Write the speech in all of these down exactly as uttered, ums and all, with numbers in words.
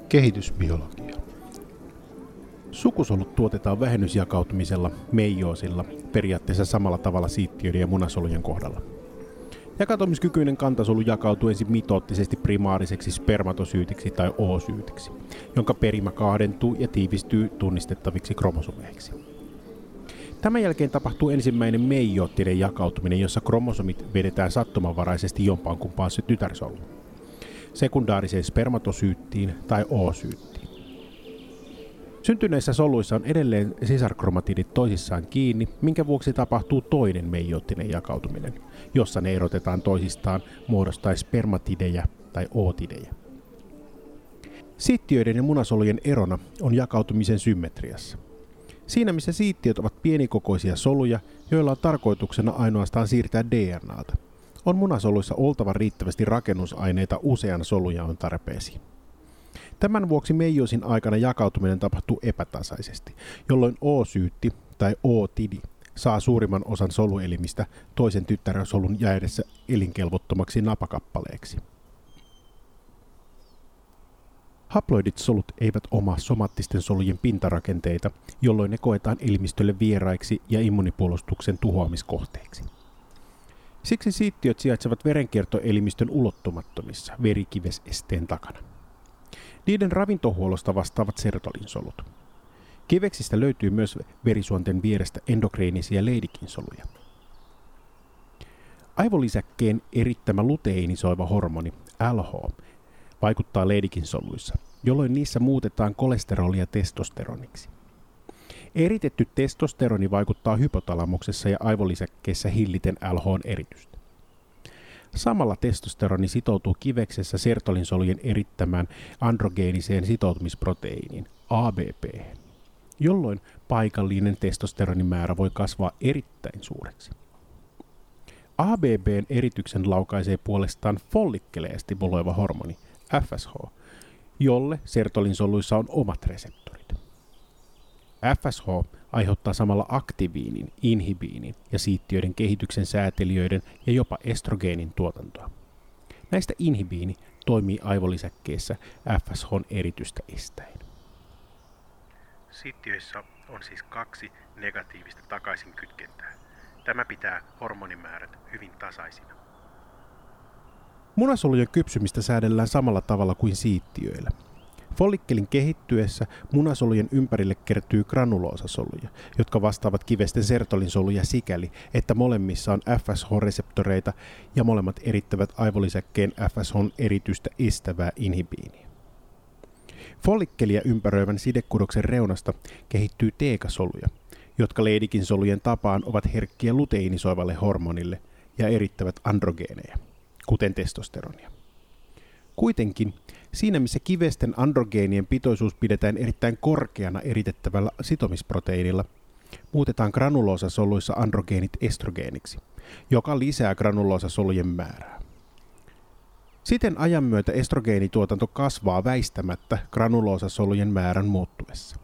Kehitysbiologia. Sukusolut tuotetaan vähennysjakautumisella, meijoosilla, periaatteessa samalla tavalla siittiöiden ja munasolujen kohdalla. Jakautumiskykyinen kantasolu jakautuu ensin mitoottisesti primaariseksi spermatosyytiksi tai oosyytiksi, jonka perimä kahdentuu ja tiivistyy tunnistettaviksi kromosomeiksi. Tämän jälkeen tapahtuu ensimmäinen meijoottinen jakautuminen, jossa kromosomit vedetään sattumanvaraisesti jompaan kumpaan tytärsoluun, sekundaariseen spermatosyyttiin tai oosyyttiin. Syntyneissä soluissa on edelleen sisarkromatidit toisissaan kiinni, minkä vuoksi tapahtuu toinen meijoottinen jakautuminen, jossa ne erotetaan toisistaan muodostaen spermatideja tai ootideja. Siittiöiden ja munasolujen erona on jakautumisen symmetriassa. Siinä missä siittiöt ovat pienikokoisia soluja, joilla on tarkoituksena ainoastaan siirtää D N A:ta, on munasoluissa oltava riittävästi rakennusaineita usean solujaon tarpeisiin. Tämän vuoksi meijoosin aikana jakautuminen tapahtuu epätasaisesti, jolloin oosyytti tai ootidi saa suurimman osan soluelimistä toisen tyttärsolun jäädessä elinkelvottomaksi napakappaleeksi. Haploidit solut eivät omaa somaattisten solujen pintarakenteita, jolloin ne koetaan elimistölle vieraiksi ja immunipuolustuksen tuhoamiskohteiksi. Siksi siittiöt sijaitsevat verenkiertoelimistön ulottumattomissa verikivesesteen takana. Niiden ravintohuollosta vastaavat sertolinsolut. Kiveksistä löytyy myös verisuonten vierestä endokriinisiä leidikinsoluja. Aivolisäkkeen erittämä luteinisoiva hormoni L H vaikuttaa leidikinsoluissa, jolloin niissä muutetaan kolesterolia testosteroniksi. Eritetty testosteroni vaikuttaa hypotalamuksessa ja aivolisäkkeessä hilliten L H:n eritystä. Samalla testosteroni sitoutuu kiveksessä sertolinsolujen erittämään androgeeniseen sitoutumisproteiiniin A B P, jolloin paikallinen testosteronimäärä voi kasvaa erittäin suureksi. A B B:n erityksen laukaisee puolestaan follikkeleja stimuloiva hormoni F S H, jolle sertolinsoluissa on omat reseptorit. F S H aiheuttaa samalla aktiviinin, inhibiinin ja siittiöiden kehityksen säätelijöiden ja jopa estrogeenin tuotantoa. Näistä inhibiini toimii aivolisäkkeessä F S H:n eritystä estäen. Siittiöissä on siis kaksi negatiivista takaisinkytkentää. Tämä pitää hormonimäärät hyvin tasaisina. Munasolujen kypsymistä säädellään samalla tavalla kuin siittiöillä. Follikkelin kehittyessä munasolujen ympärille kertyy granuloosasoluja, jotka vastaavat kivesten sertolinsoluja sikäli, että molemmissa on F S H-reseptoreita ja molemmat erittävät aivolisäkkeen F S H:n eritystä estävää inhibiiniä. Follikkelia ympäröivän sidekudoksen reunasta kehittyy teekasoluja, jotka leidikinsolujen tapaan ovat herkkiä luteinisoivalle hormonille ja erittävät androgeeneja, kuten testosteronia. Kuitenkin, siinä missä kivesten androgeenien pitoisuus pidetään erittäin korkeana eritettävällä sitomisproteiinilla, muutetaan granuloosasoluissa androgeenit estrogeeniksi, joka lisää granuloosasolujen määrää. Siten ajan myötä estrogeenituotanto kasvaa väistämättä granuloosasolujen määrän muuttuessa.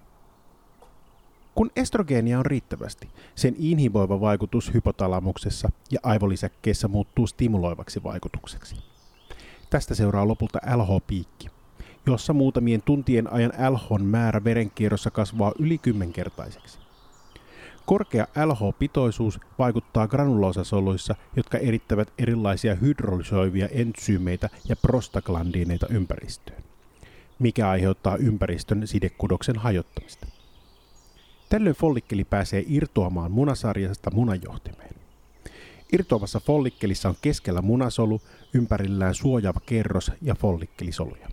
Kun estrogeenia on riittävästi, sen inhiboiva vaikutus hypotalamuksessa ja aivolisäkkeessä muuttuu stimuloivaksi vaikutukseksi. Tästä seuraa lopulta L H-piikki, jossa muutamien tuntien ajan L H:n määrä verenkierrossa kasvaa yli kymmenkertaiseksi. Korkea L H-pitoisuus vaikuttaa granuloosasoluissa, jotka erittävät erilaisia hydrolysoivia entsyymeitä ja prostaglandiineita ympäristöön, mikä aiheuttaa ympäristön sidekudoksen hajottamista. Tällöin follikkeli pääsee irtoamaan munasarjasta munanjohtimeen. Irtoavassa follikkelissa on keskellä munasolu, ympärillään suojaava kerros ja follikkelisoluja.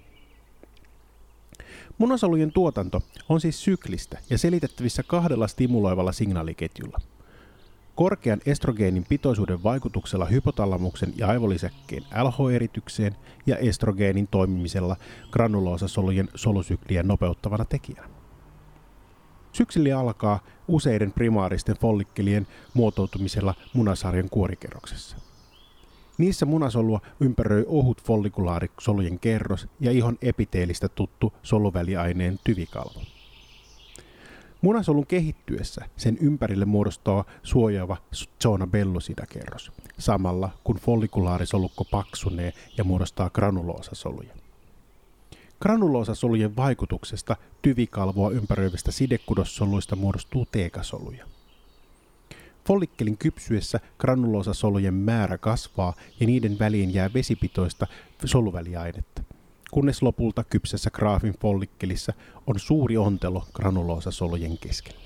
Munasolujen tuotanto on siis syklistä ja selitettävissä kahdella stimuloivalla signaaliketjulla. Korkean estrogeenin pitoisuuden vaikutuksella hypotalamuksen ja aivolisäkkeen L H-eritykseen ja estrogeenin toimimisella granuloosasolujen solusykliä nopeuttavana tekijänä. Sykli alkaa useiden primaaristen follikkelien muotoutumisella munasarjan kuorikerroksessa. Niissä munasolua ympäröi ohut follikulaari-solujen kerros ja ihon epiteelistä tuttu soluväliaineen tyvikalvo. Munasolun kehittyessä sen ympärille muodostaa suojaava zona bellosida-kerros, samalla kun follikulaarisoluko paksunee ja muodostaa granuloosasoluja. Granuloosasolujen vaikutuksesta tyvikalvoa ympäröivistä sidekudossoluista muodostuu teekasoluja. Follikkelin kypsyessä granuloosasolujen määrä kasvaa ja niiden väliin jää vesipitoista soluväliainetta, kunnes lopulta kypsässä graafin follikkelissa on suuri ontelo granuloosasolujen keskellä.